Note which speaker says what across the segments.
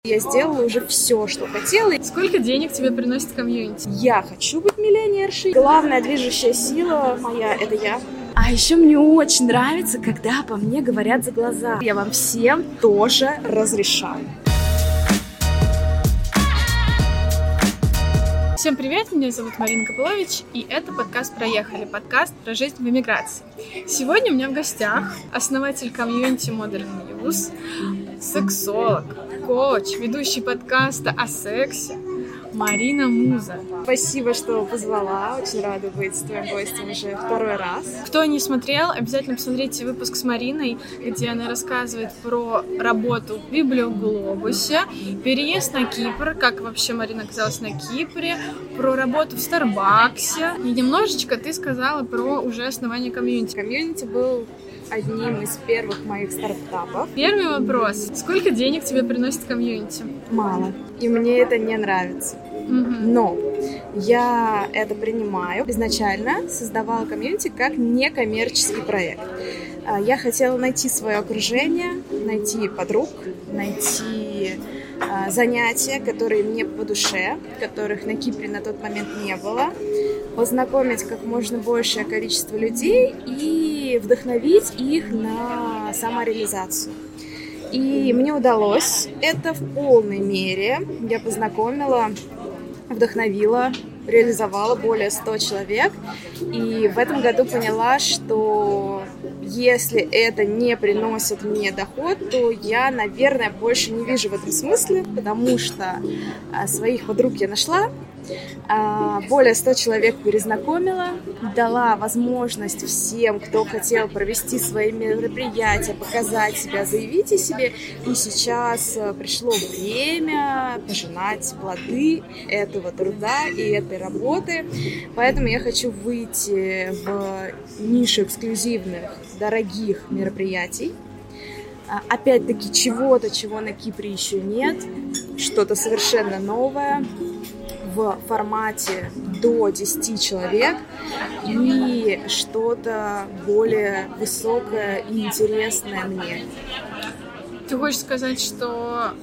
Speaker 1: Я сделала уже все, что хотела.
Speaker 2: Сколько денег тебе приносит комьюнити?
Speaker 1: Я хочу быть миллионершей. Главная движущая сила моя — это я. А еще мне очень нравится, когда по мне говорят за глаза. Я вам всем тоже разрешаю.
Speaker 2: Всем привет, меня зовут Марина Копылович, и это подкаст «Проехали», подкаст про жизнь в эмиграции. Сегодня у меня в гостях основатель комьюнити Modern News, сексолог, коуч, ведущий подкаста о сексе Марина Муза.
Speaker 1: Спасибо, что позвала. Очень рада быть твоим гостем уже второй раз.
Speaker 2: Кто не смотрел, обязательно посмотрите выпуск с Мариной, где она рассказывает про работу в Библиоглобусе, переезд на Кипр, как вообще Марина оказалась на Кипре, про работу в Старбаксе. И немножечко ты сказала про уже основание комьюнити.
Speaker 1: Комьюнити был одним из первых моих стартапов.
Speaker 2: Первый вопрос. Сколько денег тебе приносит комьюнити?
Speaker 1: Мало. И мне это не нравится. Но я это принимаю. Изначально создавала комьюнити как некоммерческий проект. Я хотела найти свое окружение, найти подруг, найти занятия, которые мне по душе, которых на Кипре на тот момент не было, познакомить как можно большее количество людей и вдохновить их на самореализацию. И мне удалось это в полной мере. Я познакомила, вдохновила, реализовала более 100 человек. И в этом году поняла, что если это не приносит мне доход, то я, наверное, больше не вижу в этом смысла, потому что своих подруг я нашла, более 100 человек перезнакомила, дала возможность всем, кто хотел провести свои мероприятия, показать себя, заявить о себе. И сейчас пришло время пожинать плоды этого труда и этой работы. Поэтому я хочу выйти в нишу эксклюзивных, дорогих мероприятий. Опять-таки чего-то, чего на Кипре еще нет, что-то совершенно новое, в формате до 10 человек и что-то более высокое и интересное мне.
Speaker 2: Ты хочешь сказать, что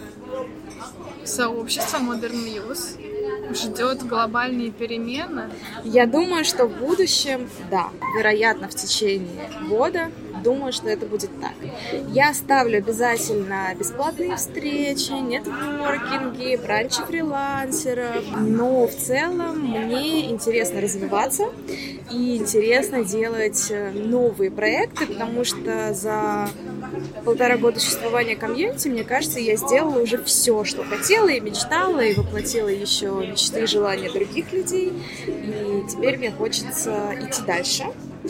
Speaker 2: сообщество Modern News ждет глобальные перемены?
Speaker 1: Я думаю, что в будущем, да, вероятно, в течение года, думаю, что это будет так. Я ставлю обязательно бесплатные встречи, нетворкинги, бранчи фрилансеров, но в целом мне интересно развиваться и интересно делать новые проекты, потому что за 1,5 года существования комьюнити, мне кажется, я сделала уже все, что хотела и мечтала, и воплотила еще мечты и желания других людей, и теперь мне хочется идти дальше.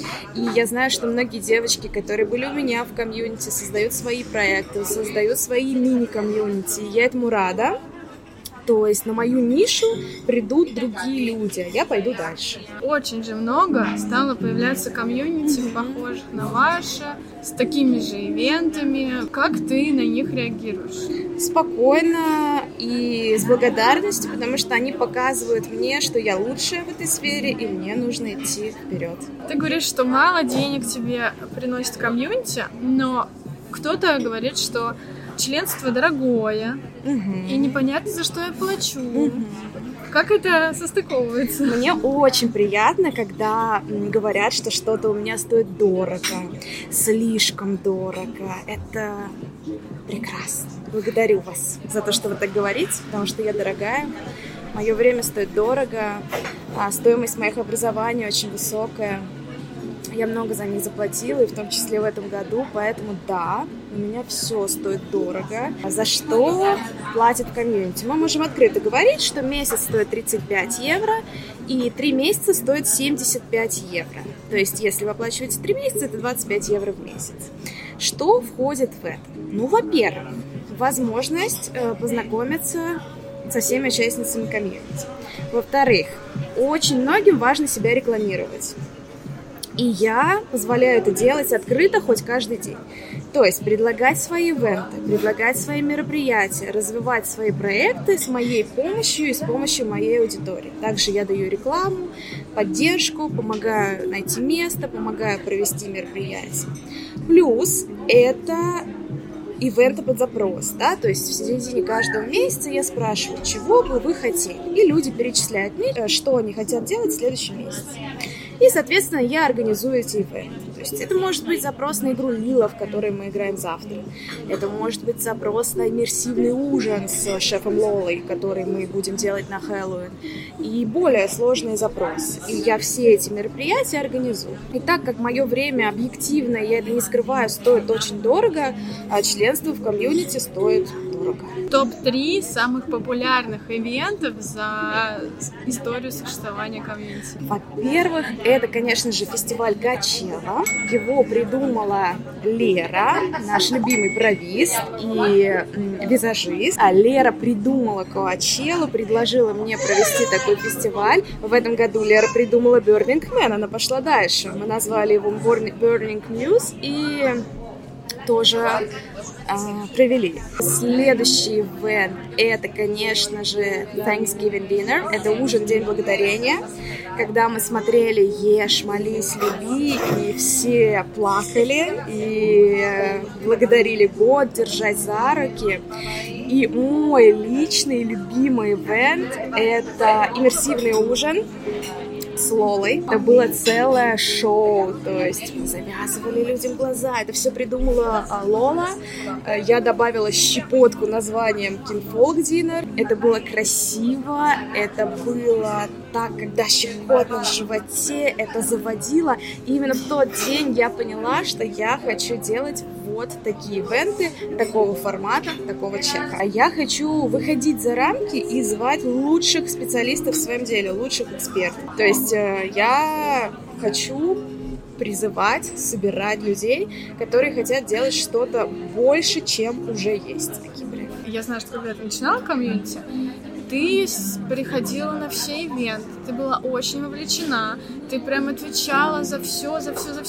Speaker 1: И я знаю, что многие девочки, которые были у меня в комьюнити, создают свои проекты, создают свои мини-комьюнити. Я этому рада. То есть на мою нишу придут другие люди, а я пойду дальше.
Speaker 2: Очень же много стало появляться комьюнити, похожих на ваше, с такими же ивентами. Как ты на них реагируешь?
Speaker 1: Спокойно и с благодарностью, потому что они показывают мне, что я лучшая в этой сфере, и мне нужно идти вперед.
Speaker 2: Ты говоришь, что мало денег тебе приносит комьюнити, но кто-то говорит, что членство дорогое, и непонятно, за что я плачу. Как это состыковывается?
Speaker 1: Мне очень приятно, когда говорят, что что-то у меня стоит дорого, слишком дорого. Это прекрасно. Благодарю вас за то, что вы так говорите, потому что я дорогая. Мое время стоит дорого, стоимость моих образований очень высокая. Я много за них заплатила, и в том числе в этом году, поэтому да, у меня все стоит дорого. За что платит комьюнити? Мы можем открыто говорить, что месяц стоит 35 евро, и 3 месяца стоит 75 евро. То есть, если вы оплачиваете 3 месяца, это 25 евро в месяц. Что входит в это? Ну, во-первых, возможность познакомиться со всеми участницами комьюнити. Во-вторых, очень многим важно себя рекламировать. И я позволяю это делать открыто хоть каждый день. То есть предлагать свои ивенты, предлагать свои мероприятия, развивать свои проекты с моей помощью и с помощью моей аудитории. Также я даю рекламу, поддержку, помогаю найти место, помогаю провести мероприятие. Плюс это ивенты под запрос, да, то есть в середине каждого месяца я спрашиваю, чего бы вы хотели, и люди перечисляют мне, что они хотят делать в следующем месяце. И, соответственно, я организую эти ивенты. То есть это может быть запрос на игру Лила, в которой мы играем завтра. Это может быть запрос на иммерсивный ужин с шефом Лолой, который мы будем делать на Хэллоуин. И более сложные запросы. И я все эти мероприятия организую. И так как мое время объективно, я это не скрываю, стоит очень дорого, а членство в комьюнити стоит дорого.
Speaker 2: Топ-3 самых популярных ивентов за историю существования комьюнити.
Speaker 1: Во-первых, это, конечно же, фестиваль Coachella. Его придумала Лера, наш любимый бровист и визажист. А Лера придумала Coachella, предложила мне провести такой фестиваль. В этом году Лера придумала Burning Man, она пошла дальше. Мы назвали его Burning Muse и тоже провели. Следующий ивент — это, конечно же, Thanksgiving Dinner. Это ужин День Благодарения, когда мы смотрели «Ешь, молись, люби», и все плакали и благодарили год, держать за руки. И мой личный любимый ивент — это иммерсивный ужин с Лолой. Это было целое шоу, то есть мы завязывали людям глаза. Это все придумала Лола. Я добавила щепотку названием Kinfolk Dinner. Это было красиво, это было так, когда щекотно в животе, это заводило. И именно в тот день я поняла, что я хочу делать вот такие ивенты, такого формата, такого чека. А я хочу выходить за рамки и звать лучших специалистов в своем деле, лучших экспертов. То есть я хочу призывать, собирать людей, которые хотят делать что-то больше, чем уже есть. Такие проекты.
Speaker 2: Я знаю, что когда ты начинала комьюнити, ты приходила на все ивенты, ты была очень вовлечена, ты прям отвечала за все.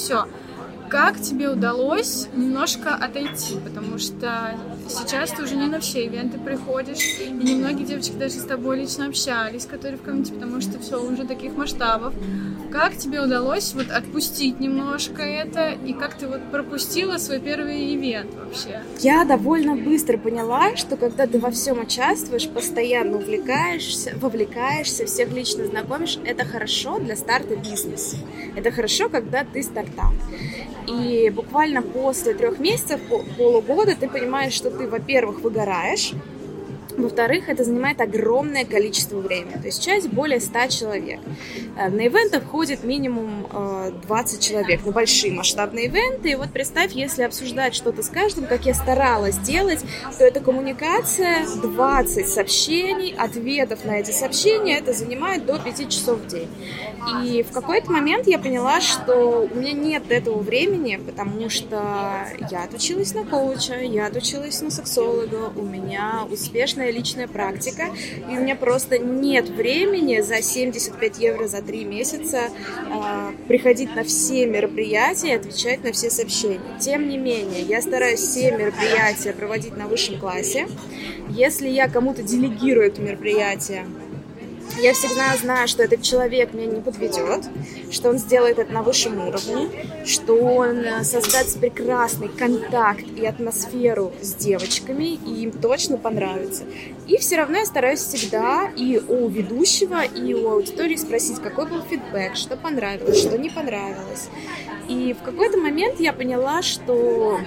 Speaker 2: Как тебе удалось немножко отойти? Потому что сейчас ты уже не на все ивенты приходишь, и немногие девочки даже с тобой лично общались, которые в комьюнити, потому что все уже таких масштабов. Как тебе удалось вот отпустить немножко это, и как ты вот пропустила свой первый ивент вообще?
Speaker 1: Я довольно быстро поняла, что когда ты во всем участвуешь, постоянно вовлекаешься, всех лично знакомишь, это хорошо для старта бизнеса. Это хорошо, когда ты стартап. И буквально после 3 месяцев, полугода, ты понимаешь, что ты, во-первых, выгораешь, во-вторых, это занимает огромное количество времени, то есть часть более 100 человек. На ивентах ходит минимум 20 человек, на большие масштабные ивенты. И вот представь, если обсуждать что-то с каждым, как я старалась делать, то это коммуникация, 20 сообщений, ответов на эти сообщения, это занимает до 5 часов в день. И в какой-то момент я поняла, что у меня нет этого времени, потому что я отучилась на коуча, я отучилась на сексолога, у меня успешная личная практика, и у меня просто нет времени за 75 евро за 3 месяца приходить на все мероприятия и отвечать на все сообщения. Тем не менее, я стараюсь все мероприятия проводить на высшем классе. Если я кому-то делегирую это мероприятие, я всегда знаю, что этот человек меня не подведет, что он сделает это на высшем уровне, что он создаст прекрасный контакт и атмосферу с девочками, и им точно понравится. И все равно я стараюсь всегда и у ведущего, и у аудитории спросить, какой был фидбэк, что понравилось, что не понравилось. И в какой-то момент я поняла, что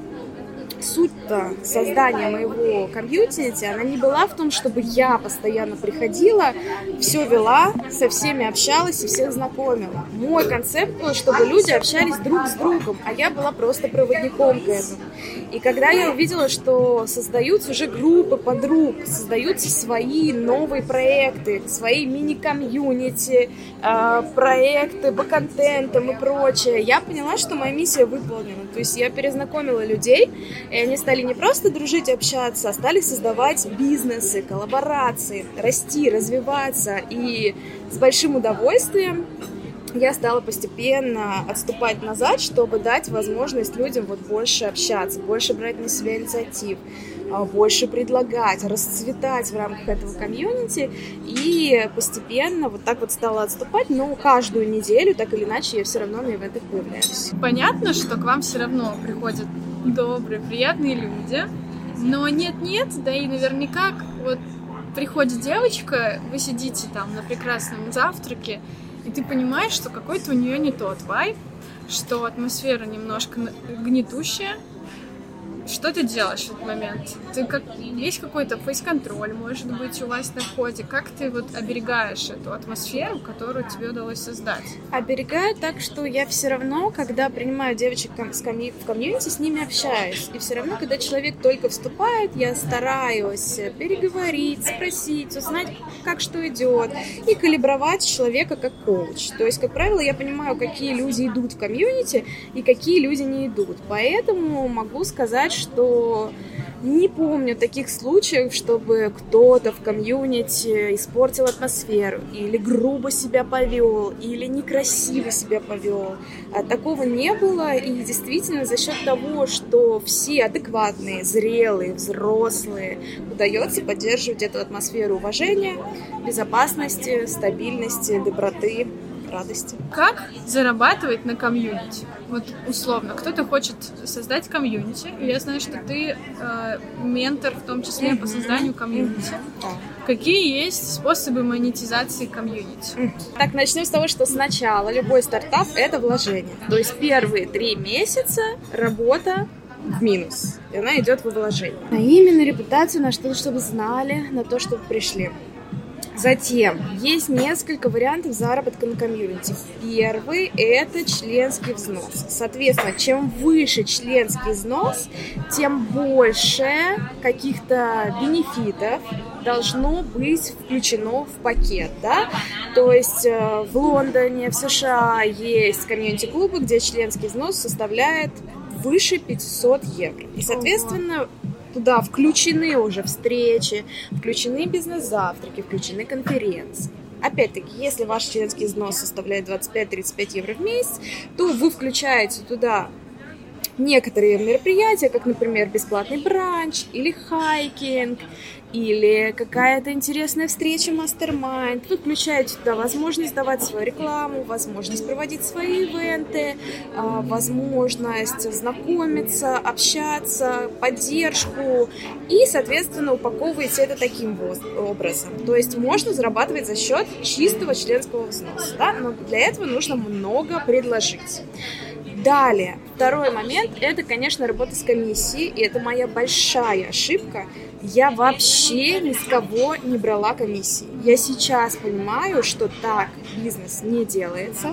Speaker 1: суть-то создания моего комьюнити, она не была в том, чтобы я постоянно приходила, все вела, со всеми общалась и всех знакомила. Мой концепт был, чтобы люди общались друг с другом, а я была просто проводником к этому. И когда я увидела, что создаются уже группы подруг, создаются свои новые проекты, свои мини-комьюнити, проекты по контентам и прочее, я поняла, что моя миссия выполнена. То есть я перезнакомила людей, и они стали не просто дружить, общаться, а стали создавать бизнесы, коллаборации, расти, развиваться. И с большим удовольствием я стала постепенно отступать назад, чтобы дать возможность людям вот больше общаться, больше брать на себя инициатив, больше предлагать, расцветать в рамках этого комьюнити. И постепенно вот так вот стала отступать, но каждую неделю, так или иначе, я все равно на ивентах появляюсь.
Speaker 2: Понятно, что к вам все равно приходят добрые, приятные люди. Но нет-нет, да и наверняка вот приходит девочка, вы сидите там на прекрасном завтраке, и ты понимаешь, что какой-то у нее не тот вайб, что атмосфера немножко гнетущая. Что ты делаешь в этот момент? Есть какой-то фейс-контроль, может быть, у вас на входе? Как ты вот оберегаешь эту атмосферу, которую тебе удалось создать?
Speaker 1: Оберегаю так, что я все равно, когда принимаю девочек в комьюнити, с ними общаюсь. И все равно, когда человек только вступает, я стараюсь переговорить, спросить, узнать, как что идет, и калибровать человека как коуч. То есть, как правило, я понимаю, какие люди идут в комьюнити и какие люди не идут. Поэтому могу сказать, что не помню таких случаев, чтобы кто-то в комьюнити испортил атмосферу, или грубо себя повел, или некрасиво себя повел. Такого не было, и действительно за счет того, что все адекватные, зрелые, взрослые, удается поддерживать эту атмосферу уважения, безопасности, стабильности, доброты, радости.
Speaker 2: Как зарабатывать на комьюнити? Вот условно, кто-то хочет создать комьюнити, и я знаю, что ты ментор, в том числе по созданию комьюнити. Какие есть способы монетизации комьюнити?
Speaker 1: Так, начнем с того, что сначала любой стартап — это вложение. То есть первые 3 месяца работа в минус, и она идет во вложение. А именно репутацию, на что, чтобы знали, на то, чтобы пришли. Затем есть несколько вариантов заработка на комьюнити. Первый – это членский взнос. Соответственно, чем выше членский взнос, тем больше каких-то бенефитов должно быть включено в пакет, да? То есть в Лондоне, в США есть комьюнити-клубы, где членский взнос составляет выше 500 евро. И, соответственно, туда включены уже встречи, включены бизнес-завтраки, включены конференции. Опять-таки, если ваш членский взнос составляет 25-35 евро в месяц, то вы включаете туда некоторые мероприятия, как, например, бесплатный бранч или хайкинг, или какая-то интересная встреча мастер-майнд. Вы включаете туда возможность давать свою рекламу, возможность проводить свои ивенты, возможность знакомиться, общаться, поддержку. И, соответственно, упаковываете это таким образом. То есть можно зарабатывать за счет чистого членского взноса, да? Но для этого нужно много предложить. Далее, второй момент – это, конечно, работа с комиссией, и это моя большая ошибка. Я вообще ни с кого не брала комиссии. Я сейчас понимаю, что так бизнес не делается,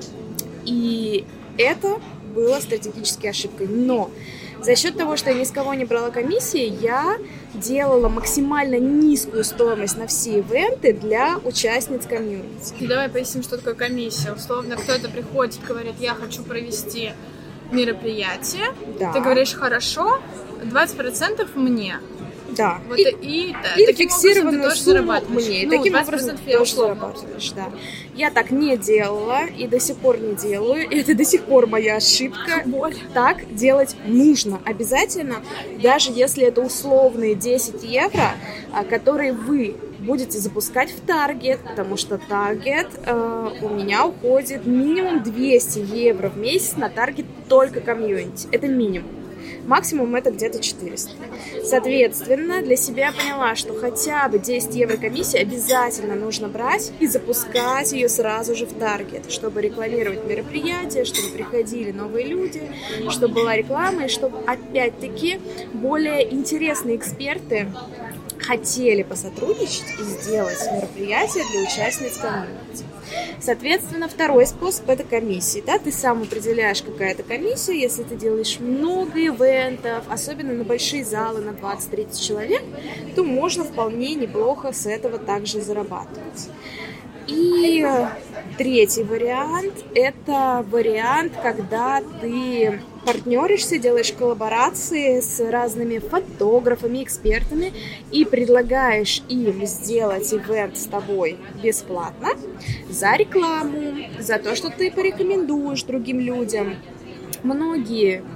Speaker 1: и это было стратегической ошибкой. Но за счет того, что я ни с кого не брала комиссии, я делала максимально низкую стоимость на все ивенты для участниц комьюнити.
Speaker 2: Давай поясним, что такое комиссия. Условно, кто-то приходит, говорит, я хочу провести мероприятие. Да. Ты говоришь, хорошо, 20% мне.
Speaker 1: Да.
Speaker 2: Вот
Speaker 1: и
Speaker 2: таким образом ты тоже зарабатываешь.
Speaker 1: Мне. Таким образом ты тоже зарабатываешь, да. Я так не делала и до сих пор не делаю. И это до сих пор моя ошибка. Так делать нужно обязательно, даже если это условные 10 евро, которые вы будете запускать в таргет, потому что таргет у меня уходит минимум 200 евро в месяц на таргет только комьюнити. Это минимум. Максимум это где-то 400. Соответственно, для себя поняла, что хотя бы 10 евро комиссии обязательно нужно брать и запускать ее сразу же в таргет, чтобы рекламировать мероприятия, чтобы приходили новые люди, чтобы была реклама, и чтобы опять-таки более интересные эксперты хотели посотрудничать и сделать мероприятие для участниц комьюнити. Соответственно, второй способ – это комиссии. Да? Ты сам определяешь, какая-то комиссия. Если ты делаешь много ивентов, особенно на большие залы, на 20-30 человек, то можно вполне неплохо с этого также зарабатывать. И третий вариант – это вариант, когда ты партнеришься, делаешь коллаборации с разными фотографами, экспертами и предлагаешь им сделать ивент с тобой бесплатно за рекламу, за то, что ты порекомендуешь другим людям. Многие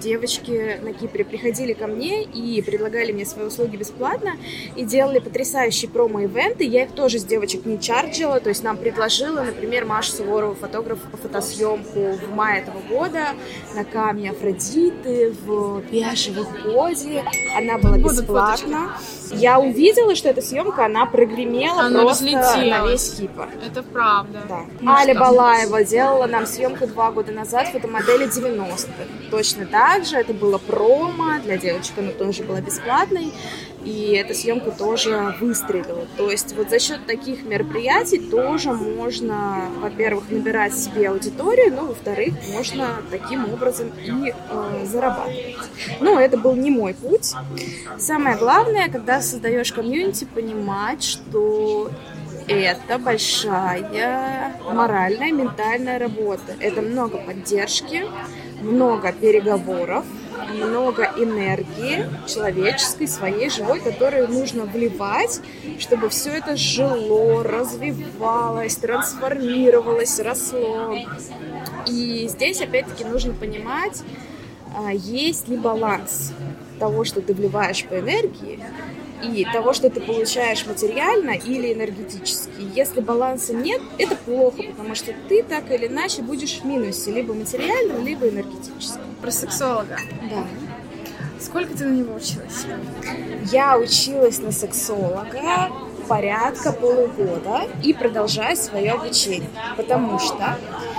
Speaker 1: девочки на Кипре приходили ко мне и предлагали мне свои услуги бесплатно и делали потрясающие промо-ивенты. Я их тоже с девочек не чарджила, то есть нам предложила, например, Маша Суворова, фотограф, фотосъемку в мае этого года на камне Афродиты в бежевом позе. Она была бесплатна. Я увидела, что эта съемка, она прогремела, она просто на весь Кипр.
Speaker 2: Это правда.
Speaker 1: Да. Аля Балаева делала нам съемку 2 года назад фотомодели 90-х. Точно так же, это было промо для девочек, она тоже была бесплатной. И эта съемка тоже выстрелила. То есть вот за счет таких мероприятий тоже можно, во-первых, набирать себе аудиторию, но, во-вторых, можно таким образом и зарабатывать. Но это был не мой путь. Самое главное, когда создаешь комьюнити, понимать, что это большая моральная, ментальная работа. Это много поддержки, много переговоров, много энергии человеческой, своей, живой, которую нужно вливать, чтобы все это жило, развивалось, трансформировалось, росло. И здесь, опять-таки, нужно понимать, есть ли баланс того, что ты вливаешь по энергии, и того, что ты получаешь материально или энергетически. Если баланса нет, это плохо, потому что ты так или иначе будешь в минусе, либо материально, либо энергетически.
Speaker 2: Про сексолога.
Speaker 1: Да.
Speaker 2: Сколько ты на него училась?
Speaker 1: Я училась на сексолога порядка полугода и продолжаю свое обучение, потому что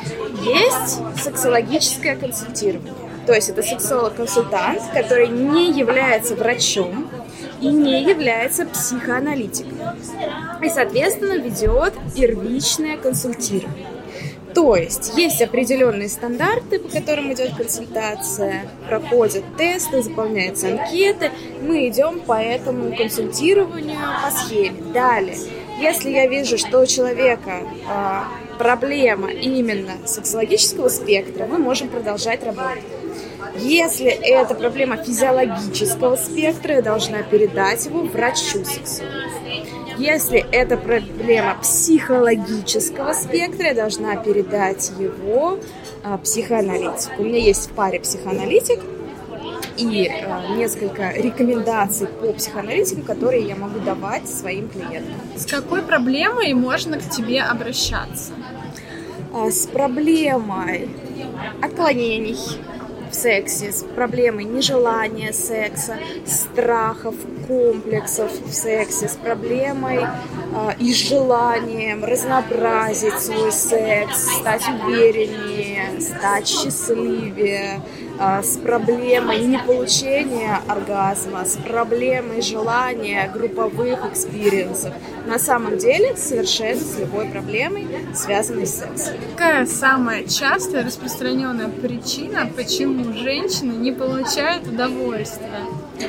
Speaker 1: есть сексологическое консультирование. То есть это сексолог-консультант, который не является врачом и не является психоаналитиком. И, соответственно, ведет первичное консультирование. То есть есть определенные стандарты, по которым идет консультация, проходят тесты, заполняются анкеты. Мы идем по этому консультированию по схеме. Далее, если я вижу, что у человека проблема именно сексологического спектра, мы можем продолжать работать. Если это проблема физиологического спектра, я должна передать его врачу-сексологу. Если это проблема психологического спектра, я должна передать его психоаналитику. У меня есть в паре психоаналитик и несколько рекомендаций по психоаналитику, которые я могу давать своим клиентам.
Speaker 2: С какой проблемой можно к тебе обращаться?
Speaker 1: С проблемой отклонений в сексе, с проблемой нежелания секса, страхов, комплексов в сексе, с проблемой и желанием разнообразить свой секс, стать увереннее, стать счастливее, с проблемой неполучения оргазма, с проблемой желания групповых экспириенсов. На самом деле, совершенно с любой проблемой, связанной с сексом.
Speaker 2: Какая самая частая распространенная причина, почему женщины не получают удовольствия?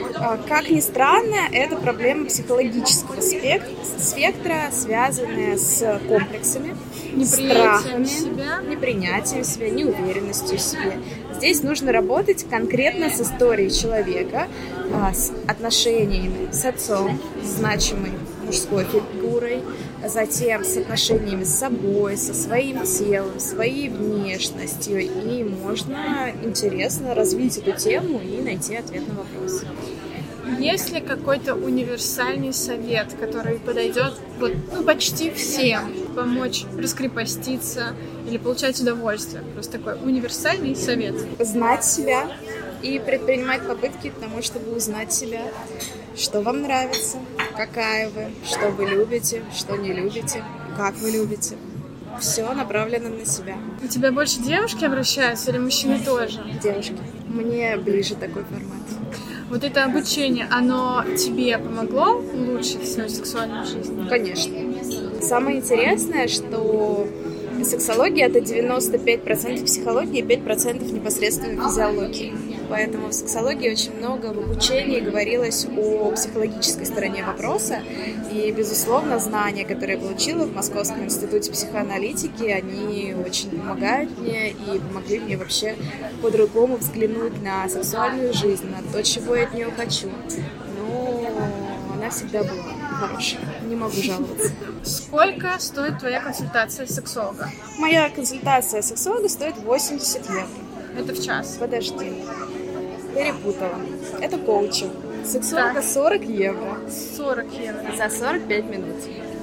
Speaker 1: Как ни странно, это проблема психологического спектра, связанная с комплексами, страхами, непринятием себя, неуверенностью в себе. Здесь нужно работать конкретно с историей человека, с отношениями с отцом, с значимой мужской фигурой, затем с отношениями с собой, со своим телом, своей внешностью. И можно интересно развить эту тему и найти ответ на вопрос.
Speaker 2: Есть ли какой-то универсальный совет, который подойдет почти всем? Помочь раскрепоститься или получать удовольствие? Просто такой универсальный совет.
Speaker 1: Знать себя и предпринимать попытки к тому, чтобы узнать себя. Что вам нравится, какая вы, что вы любите, что не любите, как вы любите. Все направлено на себя.
Speaker 2: У тебя больше девушки обращаются или мужчины тоже?
Speaker 1: Девушки. Мне ближе такой формат.
Speaker 2: Вот это обучение, оно тебе помогло улучшить свою сексуальную жизнь?
Speaker 1: Конечно. Самое интересное, что сексология — это 95% психологии и 5% непосредственно физиологии. Поэтому в сексологии очень много в обучении говорилось о психологической стороне вопроса. И, безусловно, знания, которые я получила в Московском институте психоаналитики, они очень помогают мне и помогли мне вообще по-другому взглянуть на сексуальную жизнь, на то, чего я от нее хочу. Но она всегда была хорошая. Не могу жаловаться.
Speaker 2: Сколько стоит твоя консультация сексолога?
Speaker 1: Моя консультация сексолога стоит 80 евро.
Speaker 2: Это в час?
Speaker 1: Подожди. перепутала. Это коучинг. Сексолога 40 евро.
Speaker 2: 40 евро.
Speaker 1: За 45 минут.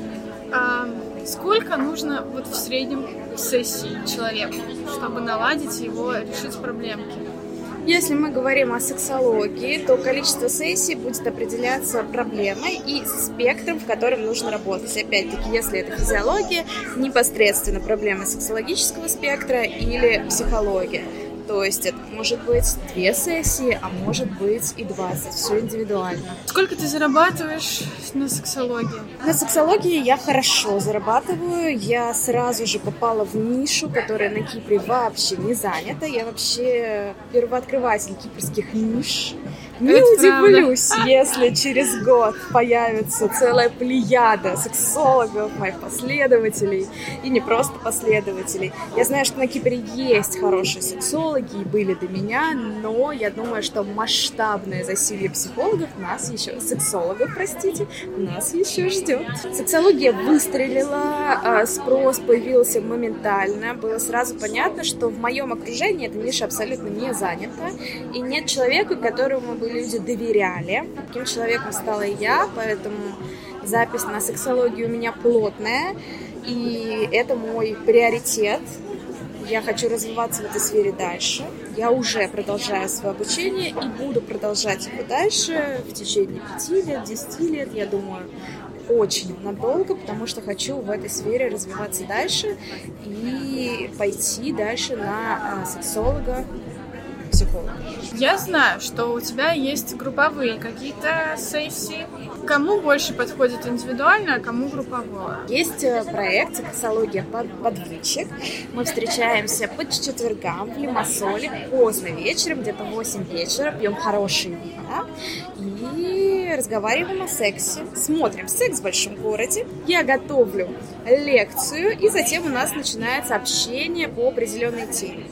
Speaker 2: Сколько нужно вот в среднем сессии человеку, чтобы наладить его, решить проблемки?
Speaker 1: Если мы говорим о сексологии, то количество сессий будет определяться проблемой и спектром, в котором нужно работать. Опять-таки, если это физиология, непосредственно проблемы сексологического спектра или психология. То есть это может быть 2 сессии, а может быть и 20. Все индивидуально.
Speaker 2: Сколько ты зарабатываешь на сексологии?
Speaker 1: На сексологии я хорошо зарабатываю. Я сразу же попала в нишу, которая на Кипре вообще не занята. Я вообще первооткрыватель кипрских ниш. Не удивлюсь, если через год появится целая плеяда сексологов, моих последователей, и не просто последователей. Я знаю, что на Кипре есть хорошие сексологи, и были до меня, но я думаю, что масштабное засилье психологов сексологов, нас еще ждет. Сексология выстрелила, спрос появился моментально, было сразу понятно, что в моем окружении эта ниша абсолютно не занята, и нет человека, которому бы люди доверяли. Таким человеком стала и я, поэтому запись на сексологию у меня плотная, и это мой приоритет. Я хочу развиваться в этой сфере дальше. Я уже продолжаю свое обучение и буду продолжать его дальше в течение 5 лет, 10 лет, я думаю, очень надолго, потому что хочу в этой сфере развиваться дальше и пойти дальше на сексолога, психолога.
Speaker 2: Я знаю, что у тебя есть групповые какие-то сессии. Кому больше подходит индивидуально, а кому групповое?
Speaker 1: Есть проект «Сексология подвычек». Мы встречаемся по четвергам в Лимассоле поздно вечером, где-то 8 вечера, пьем хорошие вина и разговариваем о сексе. Смотрим «Секс в большом городе». Я готовлю лекцию, и затем у нас начинается общение по определенной теме.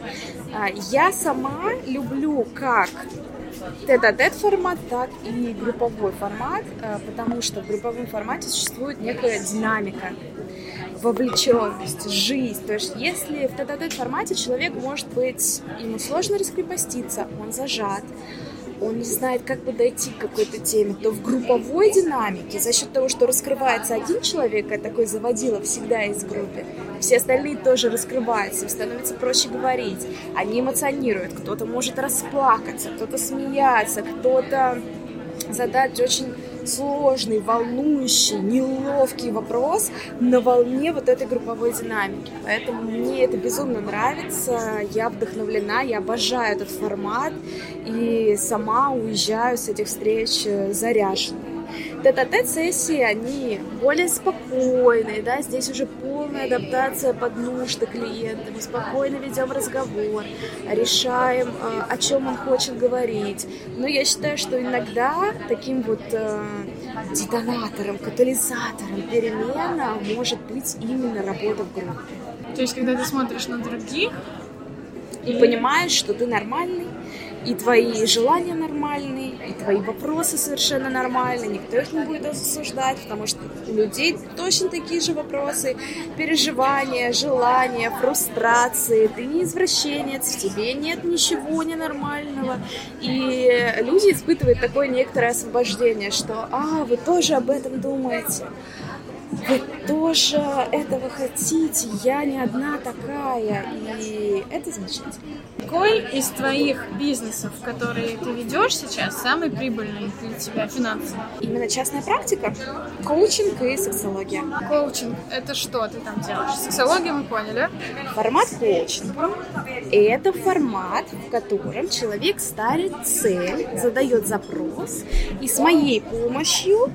Speaker 1: Я сама люблю как тет-а-тет формат, так и групповой формат, потому что в групповом формате существует некая динамика, вовлеченность, жизнь. То есть если в тет-а-тет формате человек, может быть, ему сложно раскрепоститься, он зажат, он не знает, как подойти к какой-то теме, то в групповой динамике, за счет того, что раскрывается один человек, а такой заводила всегда есть в группе, все остальные тоже раскрываются, им становится проще говорить, они эмоционируют, кто-то может расплакаться, кто-то смеяться, кто-то задать очень сложный, волнующий, неловкий вопрос на волне вот этой групповой динамики. Поэтому мне это безумно нравится, я вдохновлена, я обожаю этот формат и сама уезжаю с этих встреч заряженной. Тет-а-тет-сессии, они более спокойные, да, здесь уже полная адаптация под нужды клиента, мы спокойно ведем разговор, решаем, о чем он хочет говорить. Но я считаю, что иногда таким вот детонатором, катализатором перемен может быть именно работа в группе.
Speaker 2: То есть, когда ты смотришь на других
Speaker 1: и понимаешь, что ты нормальный, и твои желания нормальные, и твои вопросы совершенно нормальные, никто их не будет осуждать, потому что у людей точно такие же вопросы, переживания, желания, фрустрации, ты не извращенец, в тебе нет ничего ненормального, и люди испытывают такое некоторое освобождение, что вы тоже об этом думаете, вы тоже этого хотите, я не одна такая, и это замечательно.
Speaker 2: Какой из твоих бизнесов, которые ты ведешь сейчас, самый прибыльный для тебя финансово?
Speaker 1: Именно частная практика, коучинг и сексология.
Speaker 2: Коучинг – это что ты там делаешь? Сексологию мы поняли.
Speaker 1: Формат коучинга – это формат, в котором человек ставит цель, задает запрос и с моей помощью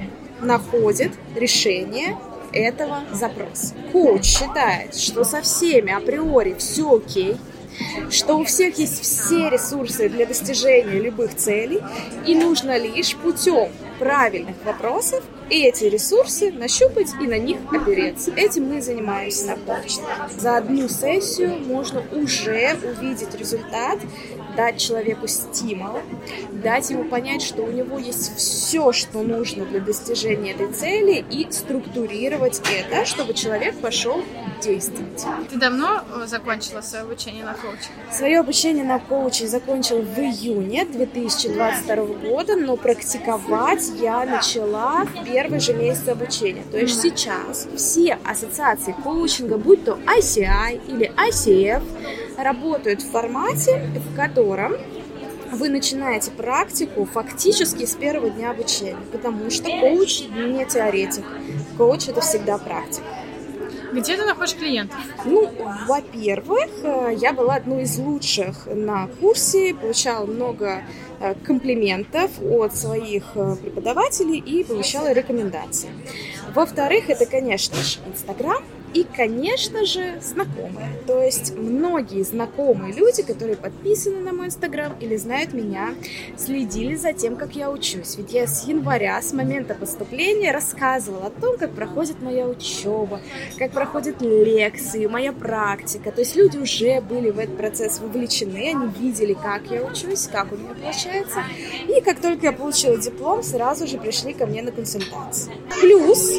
Speaker 1: находит решение этого запроса. Коуч считает, что со всеми априори все окей, что у всех есть все ресурсы для достижения любых целей, и нужно лишь путем правильных вопросов эти ресурсы нащупать и на них опереться. Этим мы занимаемся на коучинге. За одну сессию можно уже увидеть результат, дать человеку стимул, дать ему понять, что у него есть все, что нужно для достижения этой цели, и структурировать это, чтобы человек пошел действовать.
Speaker 2: Ты давно закончила свое обучение на коуче?
Speaker 1: Свое обучение на коуче закончила в июне 2022 года, но практиковать я начала в первый же месяц обучения. То есть сейчас все ассоциации коучинга, будь то ICI или ICF, работают в формате, в котором вы начинаете практику фактически с первого дня обучения, потому что коуч не теоретик, коуч — это всегда практика.
Speaker 2: Где ты находишь клиентов?
Speaker 1: Ну, во-первых, я была одной из лучших на курсе, получала много комплиментов от своих преподавателей и получала рекомендации. Во-вторых, это, конечно же, Инстаграм. И, конечно же, знакомые. То есть многие знакомые люди, которые подписаны на мой Инстаграм или знают меня, следили за тем, как я учусь. Ведь я с января, с момента поступления, рассказывала о том, как проходит моя учеба, как проходят лекции, моя практика. То есть люди уже были в этот процесс вовлечены, они видели, как я учусь, как у меня получается. И как только я получила диплом, сразу же пришли ко мне на консультации. Плюс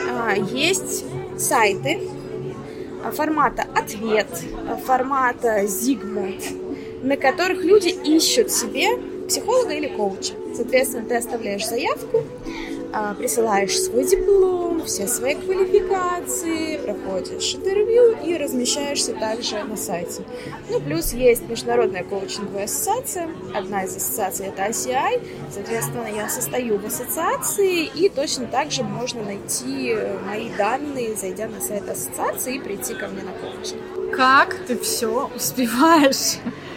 Speaker 1: есть сайты формата «Ответ», формата «Зигмунд», на которых люди ищут себе психолога или коуча. Соответственно, ты оставляешь заявку, присылаешь свой диплом, все свои квалификации, проходишь интервью и размещаешься также на сайте. Ну, плюс есть Международная коучинговая ассоциация. Одна из ассоциаций — это ICI. Соответственно, я состою в ассоциации, и точно так же можно найти мои данные, зайдя на сайт ассоциации, и прийти ко мне на коучинг.
Speaker 2: Как ты все успеваешь?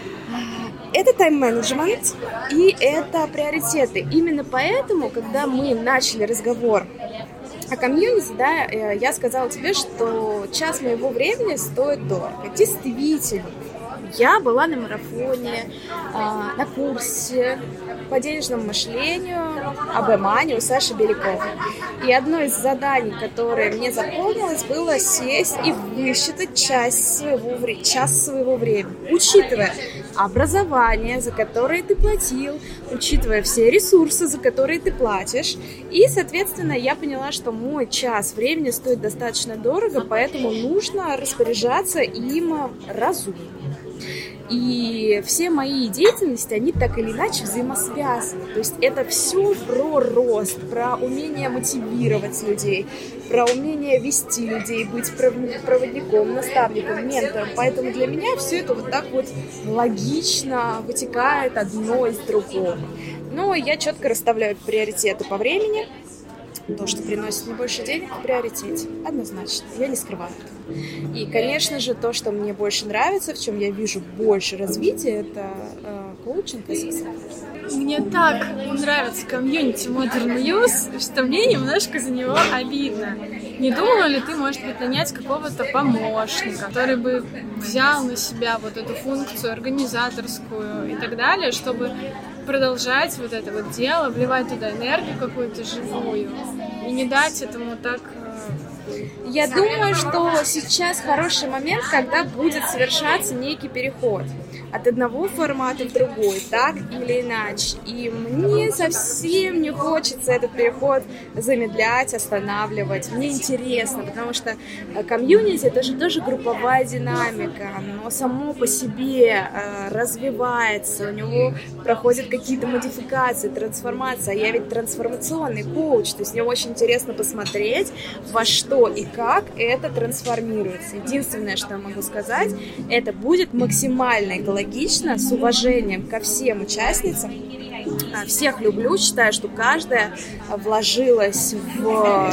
Speaker 1: Это тайм-менеджмент и это приоритеты. Именно поэтому, когда мы начали разговор о комьюнити, да, я сказала тебе, что час моего времени стоит дорого. Действительно, я была на марафоне, на курсе по денежному мышлению об Эмане у Саши Белякова. И одно из заданий, которое мне запомнилось, было сесть и высчитать час своего времени, учитывая образование, за которое ты платил, учитывая все ресурсы, за которые ты платишь. И, соответственно, я поняла, что мой час времени стоит достаточно дорого, поэтому нужно распоряжаться им разумно. И все мои деятельности, они так или иначе взаимосвязаны. То есть это все про рост, про умение мотивировать людей, про умение вести людей, быть проводником, наставником, ментором. Поэтому для меня все это вот так вот логично вытекает одно из другого. Но я четко расставляю приоритеты по времени. То, что приносит мне больше денег, в приоритете. Однозначно. Я не скрываю этого. И, конечно же, то, что мне больше нравится, в чем я вижу больше развития, это коучинг и сексуальность.
Speaker 2: Мне так нравится комьюнити Modern Youth, что мне немножко за него обидно. Не думала ли ты, может быть, нанять какого-то помощника, который бы взял на себя вот эту функцию организаторскую и так далее, чтобы продолжать вот это вот дело, вливать туда энергию какую-то живую и не дать этому так...
Speaker 1: Я думаю, что сейчас хороший момент, когда будет совершаться некий переход от одного формата в другой, так или иначе. И мне совсем не хочется этот переход замедлять, останавливать. Мне интересно, потому что комьюнити — это же тоже групповая динамика. Оно само по себе развивается, у него проходят какие-то модификации, трансформация. Я ведь трансформационный коуч, то есть мне очень интересно посмотреть, во что и как это трансформируется. Единственное, что я могу сказать, это будет максимально экологично, с уважением ко всем участницам. Всех люблю, считаю, что каждая вложилась в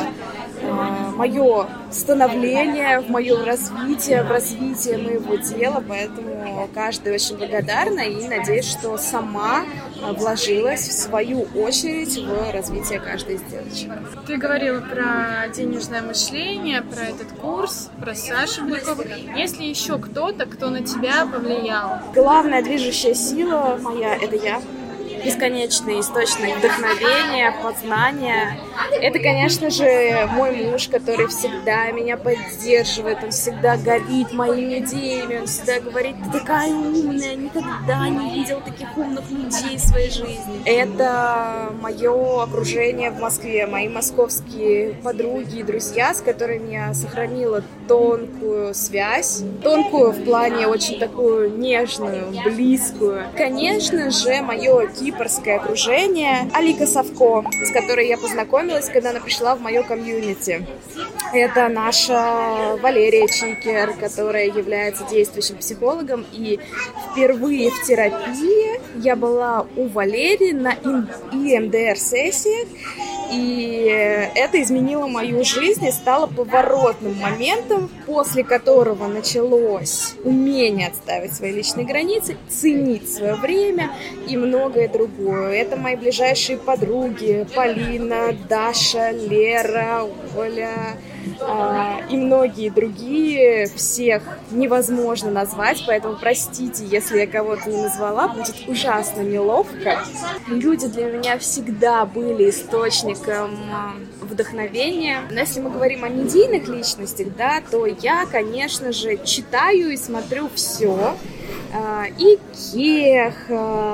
Speaker 1: мое становление, в мое развитие, в развитие моего дела, поэтому каждая очень благодарна и надеюсь, что сама вложилась в свою очередь в развитие каждой из девочек.
Speaker 2: Ты говорила про денежное мышление, про этот курс, про Сашу Белякову. Есть ли еще кто-то, кто на тебя повлиял?
Speaker 1: Главная движущая сила моя — это я. бесконечный источник вдохновения, познания. Это, конечно же, мой муж, который всегда меня поддерживает, он всегда горит моими идеями, он всегда говорит: ты такая умная, никогда не видел таких умных людей в своей жизни. Это мое окружение в Москве, мои московские подруги и друзья, с которыми я сохранила тонкую связь, тонкую в плане очень такую нежную, близкую. Конечно же, мое кипрское окружение, Алика Савко, с которой я познакомилась, когда она пришла в мое комьюнити. Это наша Валерия Чикер, которая является действующим психологом, и впервые в терапии я была у Валерии на EMDR-сессиях, и это изменило мою жизнь и стало поворотным моментом, после которого началось умение отстаивать свои личные границы, ценить свое время и многое другое. Это мои ближайшие подруги: Полина, Даша, Лера, Оля и многие другие. Всех невозможно назвать, поэтому простите, если я кого-то не назвала, будет ужасно неловко. Люди для меня всегда были источником вдохновения. Но если мы говорим о медийных личностях, да, то я, конечно же, читаю и смотрю все. И Кех,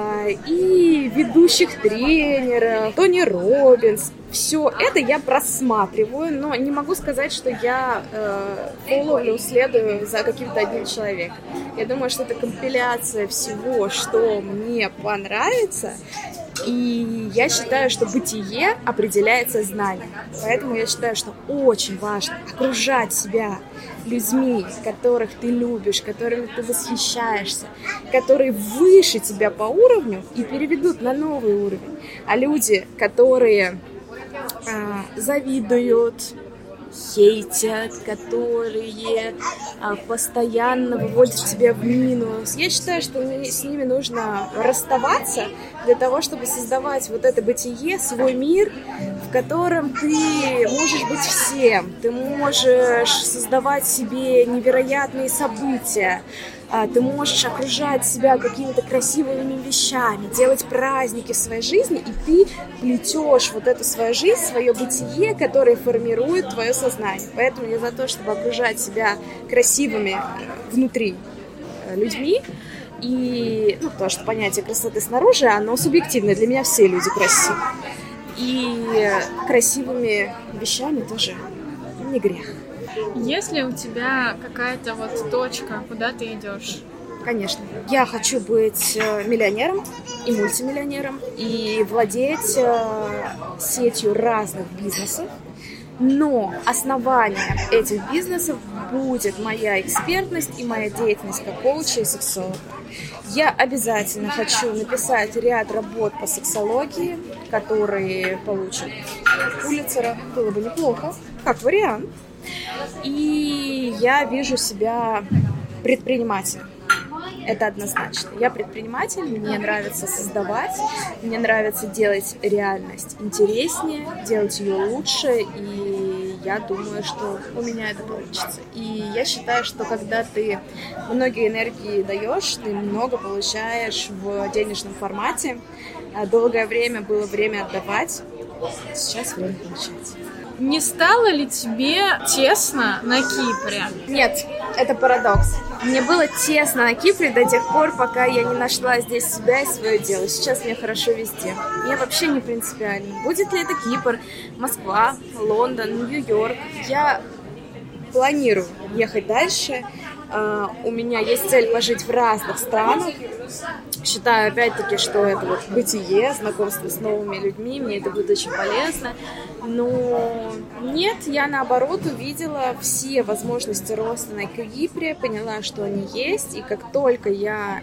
Speaker 1: и ведущих тренеров, Тони Роббинс. Все это я просматриваю, но не могу сказать, что я следую за каким-то одним человеком. Я думаю, что это компиляция всего, что мне понравится. И я считаю, что бытие определяет сознание. Поэтому я считаю, что очень важно окружать себя людьми, которых ты любишь, которыми ты восхищаешься, которые выше тебя по уровню и переведут на новый уровень. А люди, которые завидуют, хейтят, которые постоянно выводят тебя в минус. Я считаю, что с ними нужно расставаться для того, чтобы создавать вот это бытие, свой мир, в котором ты можешь быть всем. Ты можешь создавать себе невероятные события. Ты можешь окружать себя какими-то красивыми вещами, делать праздники в своей жизни, и ты плетешь вот эту свою жизнь, свое бытие, которое формирует твое сознание. Поэтому я за то, чтобы окружать себя красивыми внутри людьми. И, потому что понятие красоты снаружи, оно субъективное. Для меня все люди красивы. И красивыми вещами тоже не грех.
Speaker 2: Есть ли у тебя какая-то вот точка, куда ты идешь?
Speaker 1: Конечно. Я хочу быть миллионером и мультимиллионером и владеть сетью разных бизнесов. Но основанием этих бизнесов будет моя экспертность и моя деятельность как коуча и сексолога. Я обязательно хочу написать ряд работ по сексологии, которые получат Пулитцера. Было бы неплохо, как вариант. И я вижу себя предпринимателем. Это однозначно. Я предприниматель, мне нравится создавать, мне нравится делать реальность интереснее, делать ее лучше, и я думаю, что у меня это получится. И я считаю, что когда ты много энергии даешь, ты много получаешь в денежном формате. Долгое время было время отдавать, сейчас время получать.
Speaker 2: Не стало ли тебе тесно на Кипре?
Speaker 1: Нет, это парадокс. Мне было тесно на Кипре до тех пор, пока я не нашла здесь себя и свое дело. Сейчас мне хорошо везде. Мне вообще не принципиально. Будет ли это Кипр, Москва, Лондон, Нью-Йорк. Я планирую ехать дальше. У меня есть цель пожить в разных странах. Считаю, опять-таки, что это вот бытие, знакомство с новыми людьми, мне это будет очень полезно. Но нет, я наоборот увидела все возможности роста на Кипре, поняла, что они есть, и как только я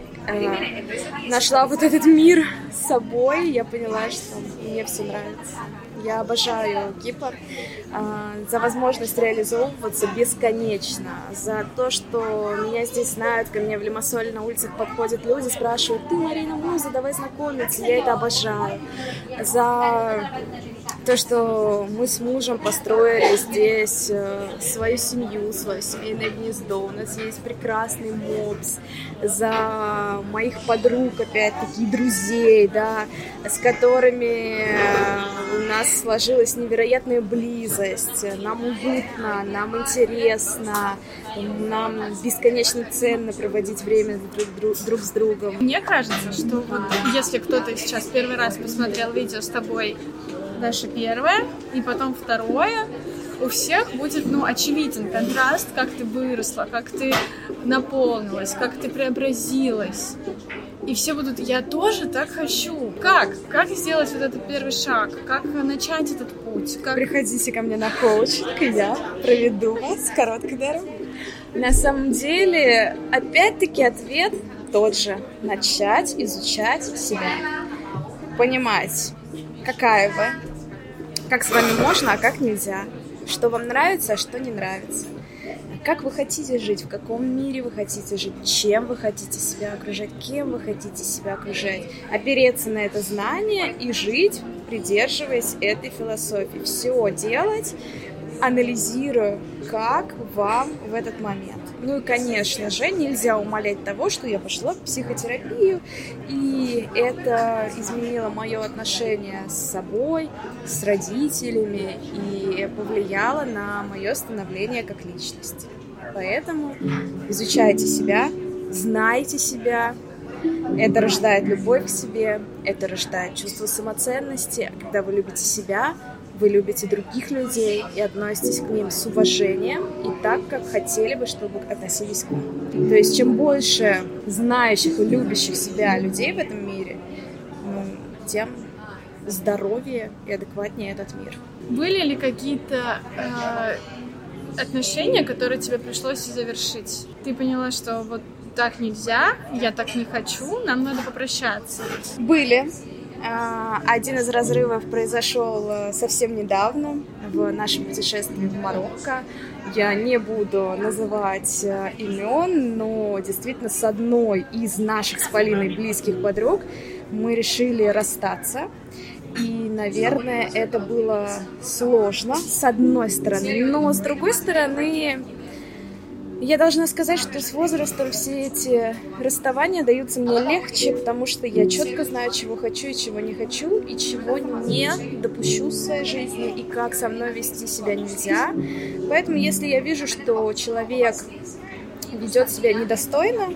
Speaker 1: нашла вот этот мир с собой, я поняла, что мне все нравится. Я обожаю Кипр за возможность реализовываться бесконечно, за то, что меня здесь знают, ко мне в Лимассоле на улицах подходят люди, спрашивают: ты Марина Муза, давай знакомиться, я это обожаю. За То, что мы с мужем построили здесь свою семью, свое семейное гнездо. У нас есть прекрасный мопс. За моих подруг, опять-таки, друзей, да, с которыми у нас сложилась невероятная близость. Нам уютно, нам интересно, нам бесконечно ценно проводить время друг с другом.
Speaker 2: Мне кажется, что вот если кто-то сейчас первый раз посмотрел видео с тобой, наше первое, и потом второе, у всех будет, очевиден контраст, как ты выросла, как ты наполнилась, как ты преобразилась. И все будут, я тоже так хочу. Как? Как сделать вот этот первый шаг? Как начать этот путь? Как...
Speaker 1: Приходите ко мне на коучинг, и я проведу вас короткой дорогой. На самом деле, опять-таки, ответ тот же. Начать изучать себя. Понимать, какая вы, как с вами можно, а как нельзя, что вам нравится, а что не нравится, как вы хотите жить, в каком мире вы хотите жить, чем вы хотите себя окружать, кем вы хотите себя окружать, опереться на это знание и жить, придерживаясь этой философии. Все делать, анализируя, как вам в этот момент. Ну и, конечно же, нельзя умалять того, что я пошла в психотерапию, и это изменило мое отношение с собой, с родителями, и повлияло на мое становление как личности. Поэтому изучайте себя, знайте себя. Это рождает любовь к себе, это рождает чувство самоценности. Когда вы любите себя, вы любите других людей и относитесь к ним с уважением и так, как хотели бы, чтобы относились к ним. То есть, чем больше знающих и любящих себя людей в этом мире, тем здоровее и адекватнее этот мир.
Speaker 2: Были ли какие-то отношения, которые тебе пришлось завершить? Ты поняла, что вот так нельзя, я так не хочу, нам надо попрощаться?
Speaker 1: Были. Один из разрывов произошел совсем недавно в нашем путешествии в Марокко. Я не буду называть имен, но действительно с одной из наших с Полиной близких подруг мы решили расстаться. И, наверное, это было сложно, с одной стороны. Но, с другой стороны, я должна сказать, что с возрастом все эти расставания даются мне легче, потому что я четко знаю, чего хочу и чего не хочу, и чего не допущу в своей жизни, и как со мной вести себя нельзя. Поэтому, если я вижу, что человек ведет себя недостойно,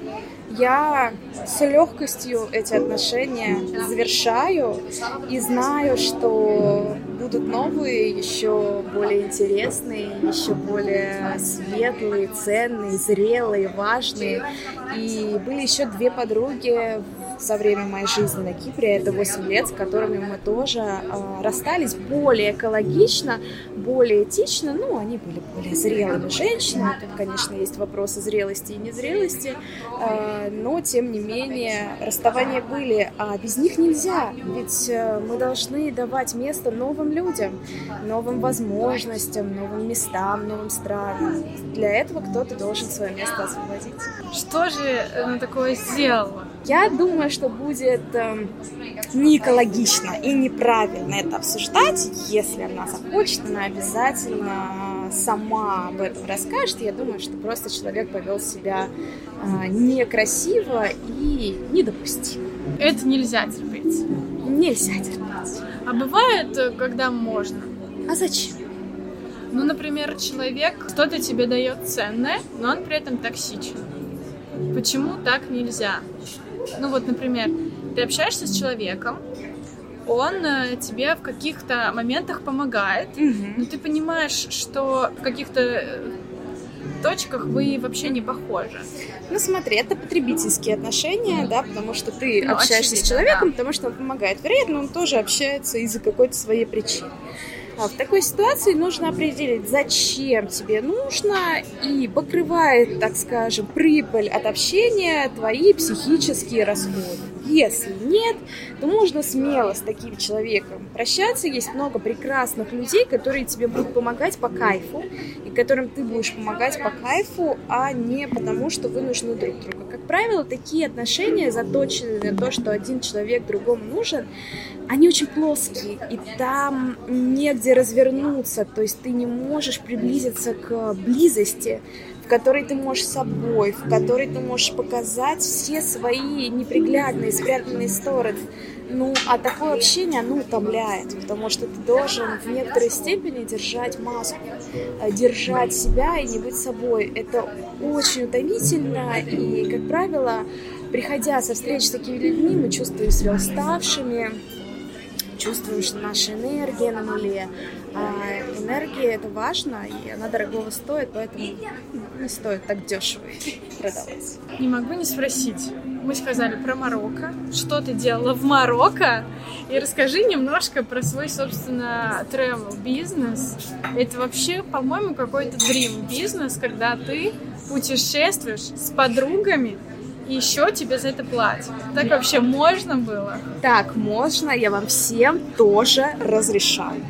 Speaker 1: я с легкостью эти отношения завершаю и знаю, что будут новые, еще более интересные, еще более светлые, ценные, зрелые, важные. И были еще 2 подруги за время моей жизни на Кипре, это 8 лет, с которыми мы тоже расстались более экологично, более этично, они были более зрелыми женщинами, тут, конечно, есть вопросы зрелости и незрелости, но, тем не менее, расставания были, а без них нельзя, ведь мы должны давать место новым людям, новым возможностям, новым местам, новым странам. Для этого кто-то должен свое место освободить.
Speaker 2: Что же она такое сделала?
Speaker 1: Я думаю, что будет не экологично и неправильно это обсуждать. Если она захочет, она обязательно сама об этом расскажет. Я думаю, что просто человек повел себя некрасиво и недопустимо.
Speaker 2: Это нельзя терпеть.
Speaker 1: Нельзя терпеть.
Speaker 2: А бывает, когда можно?
Speaker 1: А зачем?
Speaker 2: Например, человек что-то тебе дает ценное, но он при этом токсичен. Почему так нельзя? Например, ты общаешься с человеком, он тебе в каких-то моментах помогает, но ты понимаешь, что в каких-то точках вы вообще не похожи.
Speaker 1: Смотри, это потребительские отношения, да, потому что ты общаешься с человеком, потому что он помогает. Вероятно, он тоже общается из-за какой-то своей причины. В такой ситуации нужно определить, зачем тебе нужно, и покрывает, так скажем, прибыль от общения твои психические расходы. Если нет, то можно смело с таким человеком прощаться. Есть много прекрасных людей, которые тебе будут помогать по кайфу, и которым ты будешь помогать по кайфу, а не потому, что вы нужны друг другу. Как правило, такие отношения, заточенные на то, что один человек другому нужен, они очень плоские, и там негде развернуться, то есть ты не можешь приблизиться к близости, в которой ты можешь собой, в которой ты можешь показать все свои неприглядные, спрятанные стороны. Ну, а такое общение, оно утомляет, потому что ты должен в некоторой степени держать маску, держать себя и не быть собой. Это очень утомительно, и, как правило, приходя со встреч с такими людьми, мы чувствуем себя уставшими, чувствуем, что наша энергия на нуле. А энергия — это важно, и она дорогого стоит, поэтому не стоит так дешево продавать.
Speaker 2: Не могу не спросить. Мы сказали про Марокко. Что ты делала в Марокко? И расскажи немножко про свой, собственно, travel бизнес. Это вообще, по-моему, какой-то dream бизнес, когда ты путешествуешь с подругами, и еще тебе за это платят. Так вообще можно было?
Speaker 1: Так можно, я вам всем тоже разрешаю.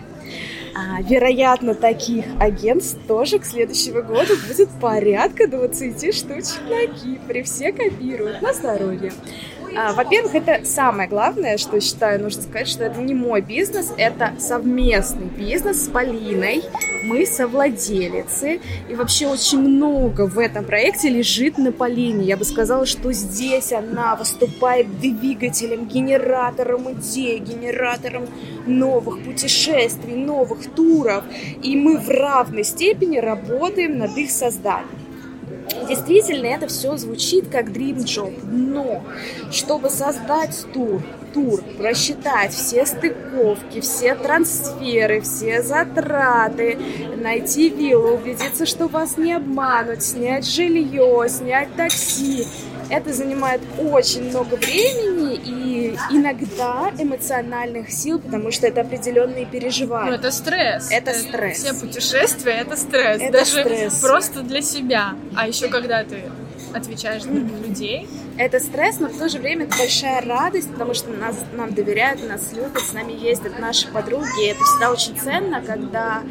Speaker 1: Вероятно, таких агентств тоже к следующему году будет порядка 20 штучек на Кипре. Все копируют на здоровье. Во-первых, это самое главное, что считаю, нужно сказать, что это не мой бизнес, это совместный бизнес с Полиной. Мы совладелицы, и вообще очень много в этом проекте лежит на Полине. Я бы сказала, что здесь она выступает двигателем, генератором идей, генератором новых путешествий, новых туров, и мы в равной степени работаем над их созданием. Действительно, это все звучит как dream job, но чтобы создать тур, просчитать все стыковки, все трансферы, все затраты, найти виллу, убедиться, что вас не обманут, снять жилье, снять такси, это занимает очень много времени и иногда эмоциональных сил, потому что это определенные переживания.
Speaker 2: Ну, это стресс.
Speaker 1: Это стресс.
Speaker 2: Все путешествия — это стресс.
Speaker 1: Это
Speaker 2: даже
Speaker 1: стресс.
Speaker 2: Просто для себя. А еще когда ты отвечаешь за людей.
Speaker 1: Это стресс, но в то же время это большая радость, потому что нам доверяют, нас любят, с нами ездят наши подруги. И это всегда очень ценно, когда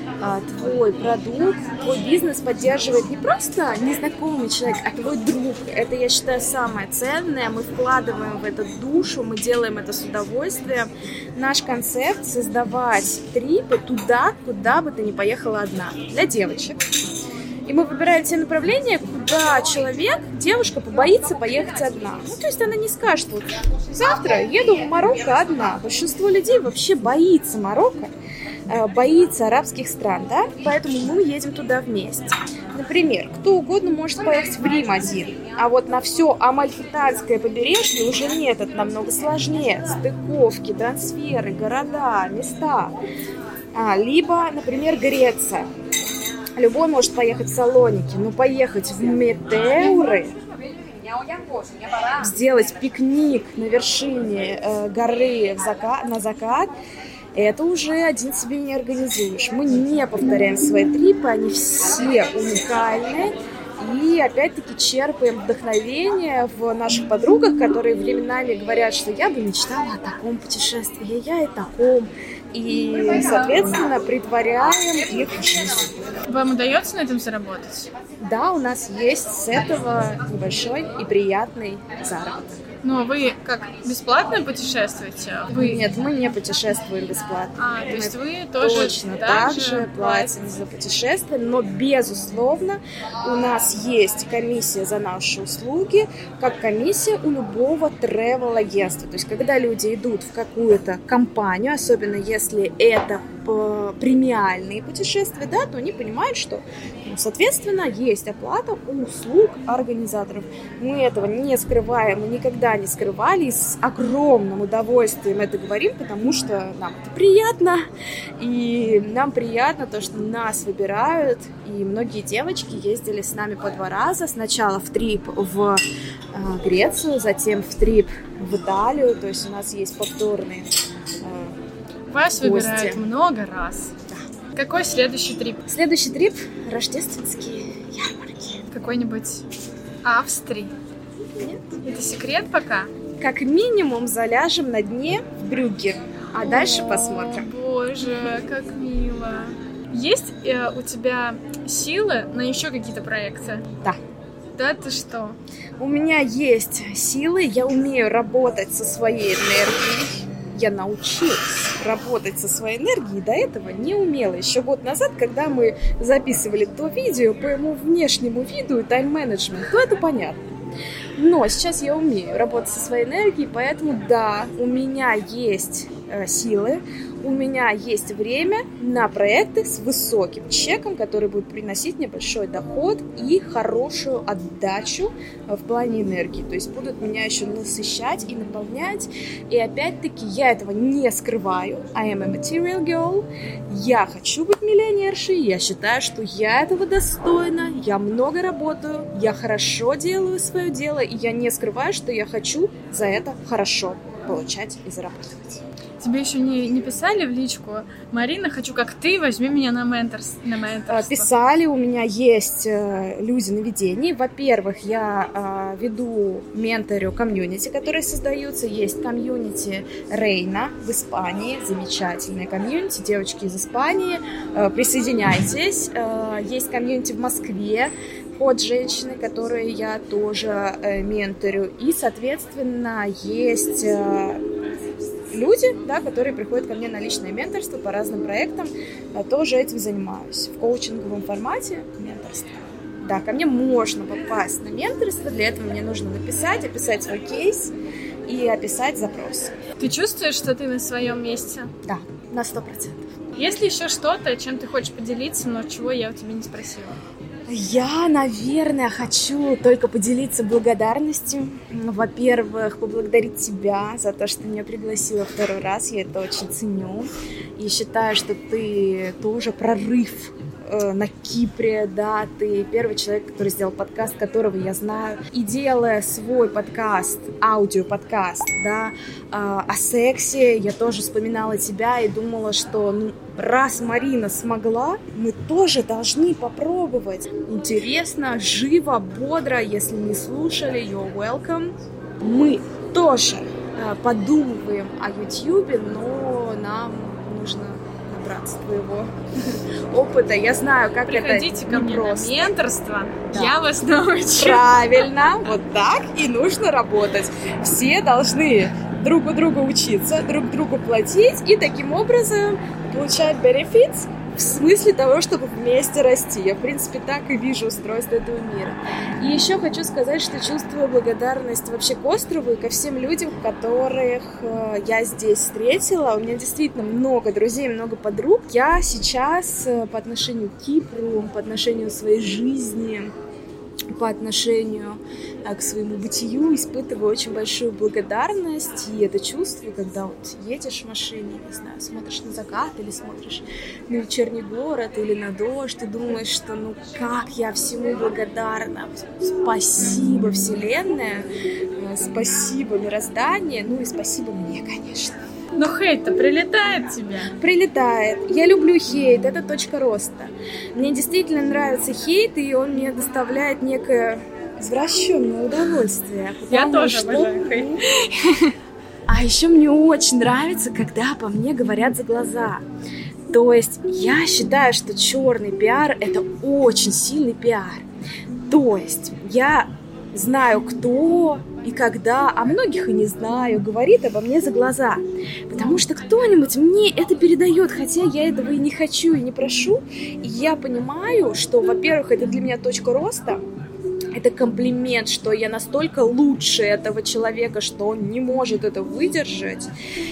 Speaker 1: твой продукт, твой бизнес поддерживает не просто незнакомый человек, а твой друг. Это, я считаю, самое ценное. Мы вкладываем в это душу, мы делаем это с удовольствием. Наш концепт — создавать трипы туда, куда бы ты ни поехала одна. Для девочек. И мы выбираем те направления, куда девушка побоится поехать одна. Ну, то есть она не скажет, вот, завтра еду в Марокко одна. Большинство людей вообще боится Марокко, боится арабских стран, да? Поэтому мы едем туда вместе. Например, кто угодно может поехать в Рим один, а вот на все Амальфитанское побережье уже нет, это намного сложнее. Стыковки, трансферы, города, места. Либо, например, Греция. Любой может поехать в Салоники, но поехать в Метеуры, сделать пикник на вершине горы на закат, это уже один себе не организуешь. Мы не повторяем свои трипы, они все уникальны. И опять-таки черпаем вдохновение в наших подругах, которые временами говорят, что я бы мечтала о таком путешествии, я и таком. И, соответственно, притворяем их в жизнь.
Speaker 2: Вам удается на этом заработать?
Speaker 1: Да, у нас есть с этого небольшой и приятный заработок.
Speaker 2: Ну, а вы как, бесплатно путешествуете?
Speaker 1: Нет, мы не путешествуем бесплатно.
Speaker 2: То есть вы тоже
Speaker 1: точно так же платим за путешествие, но, безусловно, у нас есть комиссия за наши услуги, как комиссия у любого travel-агентства. То есть, когда люди идут в какую-то компанию, особенно если это премиальные путешествия, да, то они понимают, что, соответственно, есть оплата услуг организаторов. Мы этого не скрываем, мы никогда не скрывали, и с огромным удовольствием это говорим, потому что нам это приятно, и нам приятно то, что нас выбирают, и многие девочки ездили с нами по 2 раза, сначала в трип в Грецию, затем в трип в Италию, то есть у нас есть повторные
Speaker 2: Вас
Speaker 1: гости.
Speaker 2: Выбирают много раз.
Speaker 1: Да.
Speaker 2: Какой следующий трип?
Speaker 1: Следующий трип — рождественские ярмарки.
Speaker 2: Какой-нибудь Австрии?
Speaker 1: Нет.
Speaker 2: Это секрет пока?
Speaker 1: Как минимум заляжем на дне в Брюгге. А дальше посмотрим.
Speaker 2: Боже, как мило. Есть у тебя силы на еще какие-то проекты?
Speaker 1: Да.
Speaker 2: Да, ты что?
Speaker 1: У меня есть силы, я умею работать со своей энергией. Я научилась работать со своей энергией, до этого не умела. Еще год назад, когда мы записывали то видео по его внешнему виду и тайм-менеджмент, то это понятно. Но сейчас я умею работать со своей энергией, поэтому да, у меня есть силы, у меня есть время на проекты с высоким чеком, которые будут приносить мне большой доход и хорошую отдачу в плане энергии. То есть будут меня еще насыщать и наполнять. И опять-таки я этого не скрываю. I am a material girl. Я хочу быть миллионершей. Я считаю, что я этого достойна. Я много работаю. Я хорошо делаю свое дело. И я не скрываю, что я хочу за это хорошо получать и зарабатывать.
Speaker 2: Тебе еще не писали в личку: Марина, хочу как ты, возьми меня на менторство?
Speaker 1: Писали, у меня есть люди на ведении. Во-первых, я веду, менторю комьюнити, которые создаются. Есть комьюнити Рейна в Испании, замечательное комьюнити, девочки из Испании. Присоединяйтесь. Есть комьюнити в Москве от женщины, которые я тоже менторю. И, соответственно, есть люди, да, которые приходят ко мне на личное менторство по разным проектам, тоже этим занимаюсь в коучинговом формате менторства. Да, ко мне можно попасть на менторство, для этого мне нужно описать свой кейс и описать запрос.
Speaker 2: Ты чувствуешь, что ты на своем месте?
Speaker 1: Да, на 100%.
Speaker 2: Есть ли еще что-то, чем ты хочешь поделиться, но чего я у тебя не спросила?
Speaker 1: Я, наверное, хочу только поделиться благодарностью. Во-первых, поблагодарить тебя за то, что меня пригласила второй раз. Я это очень ценю. И считаю, что ты тоже прорыв на Кипре, да, ты первый человек, который сделал подкаст, которого я знаю. И делая свой подкаст, аудиоподкаст, да, о сексе, я тоже вспоминала тебя и думала, что раз Марина смогла, мы тоже должны попробовать. Интересно, живо, бодро, если не слушали, you're welcome. Мы тоже подумываем о YouTube, но нам нужно набраться твоего опыта. Я знаю, как
Speaker 2: приходите
Speaker 1: это
Speaker 2: ко мне
Speaker 1: непросто.
Speaker 2: На менторство,
Speaker 1: да.
Speaker 2: Я вас научу.
Speaker 1: Правильно, вот так и нужно работать. Все должны друг у друга учиться, друг другу платить и таким образом получать benefits в смысле того, чтобы вместе расти. Я, в принципе, так и вижу устройство этого мира. И еще хочу сказать, что чувствую благодарность вообще к острову и ко всем людям, которых я здесь встретила. У меня действительно много друзей, много подруг. Я сейчас по отношению к Кипру, по отношению к своей жизни, по отношению к своему бытию испытываю очень большую благодарность, и это чувство, когда вот едешь в машине, не знаю, смотришь на закат или смотришь на вечерний город или на дождь, и думаешь, что как я всему благодарна, спасибо Вселенная, спасибо мироздание, и спасибо мне, конечно.
Speaker 2: Но хейт-то прилетает тебе?
Speaker 1: Прилетает. Я люблю хейт, это точка роста. Мне действительно нравится хейт, и он мне доставляет некое извращенное удовольствие.
Speaker 2: Я тоже обожаю хейт.
Speaker 1: А еще мне очень нравится, когда по мне говорят за глаза. То есть я считаю, что черный пиар — это очень сильный пиар. То есть я знаю, кто и когда, а многих и не знаю, говорит обо мне за глаза. Потому что кто-нибудь мне это передает, хотя я этого и не хочу, и не прошу. И я понимаю, что, во-первых, это для меня точка роста, это комплимент, что я настолько лучше этого человека, что он не может это выдержать.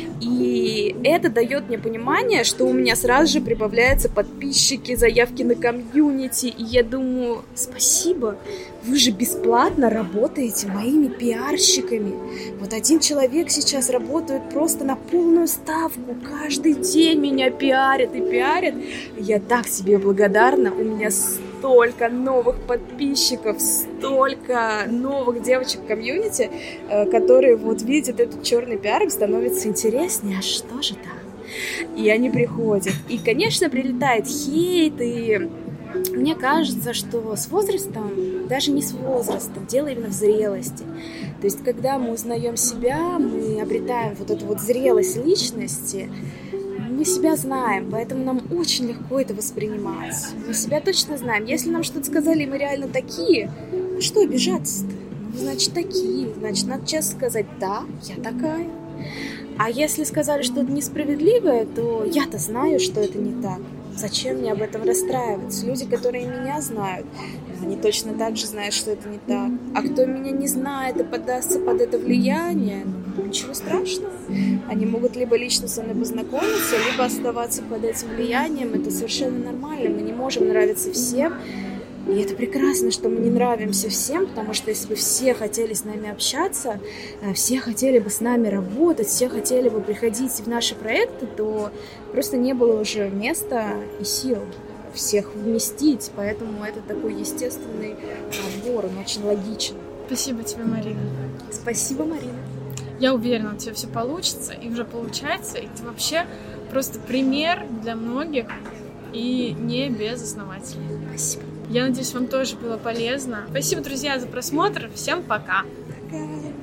Speaker 1: И это дает мне понимание, что у меня сразу же прибавляются подписчики, заявки на комьюнити. И я думаю, спасибо, вы же бесплатно работаете моими пиарщиками. Вот один человек сейчас работает просто на полную ставку. Каждый день меня пиарит и пиарит. Я так себе благодарна. У меня столько новых подписчиков, столько новых девочек в комьюнити, которые вот видят этот черный пиар, им становится интереснее, а что же там? И они приходят. И, конечно, прилетает хейт, и Мне кажется, что с возрастом, даже не с возрастом, дело именно в зрелости. То есть, когда мы узнаем себя, мы обретаем вот эту вот зрелость личности, мы себя знаем, поэтому нам очень легко это воспринимать. Мы себя точно знаем. Если нам что-то сказали, и мы реально такие, ну что обижаться-то? Ну, значит, такие. Значит, надо честно сказать, да, я такая. А если сказали что-то несправедливое, то я-то знаю, что это не так. Зачем мне об этом расстраиваться? Люди, которые меня знают, они точно так же знают, что это не так. А кто меня не знает и поддастся под это влияние, ну, ничего страшного. Они могут либо лично со мной познакомиться, либо оставаться под этим влиянием. Это совершенно нормально. Мы не можем нравиться всем. И это прекрасно, что мы не нравимся всем, потому что если бы все хотели с нами общаться, все хотели бы с нами работать, все хотели бы приходить в наши проекты, то просто не было уже места и сил всех вместить. Поэтому это такой естественный отбор, он очень логичен.
Speaker 2: Спасибо тебе, Марина.
Speaker 1: Спасибо, Марина.
Speaker 2: Я уверена, у тебя все получится, и уже получается, и ты вообще просто пример для многих, и не безосновательно.
Speaker 1: Спасибо.
Speaker 2: Я надеюсь, вам тоже было полезно. Спасибо, друзья, за просмотр. Всем пока.
Speaker 1: Пока.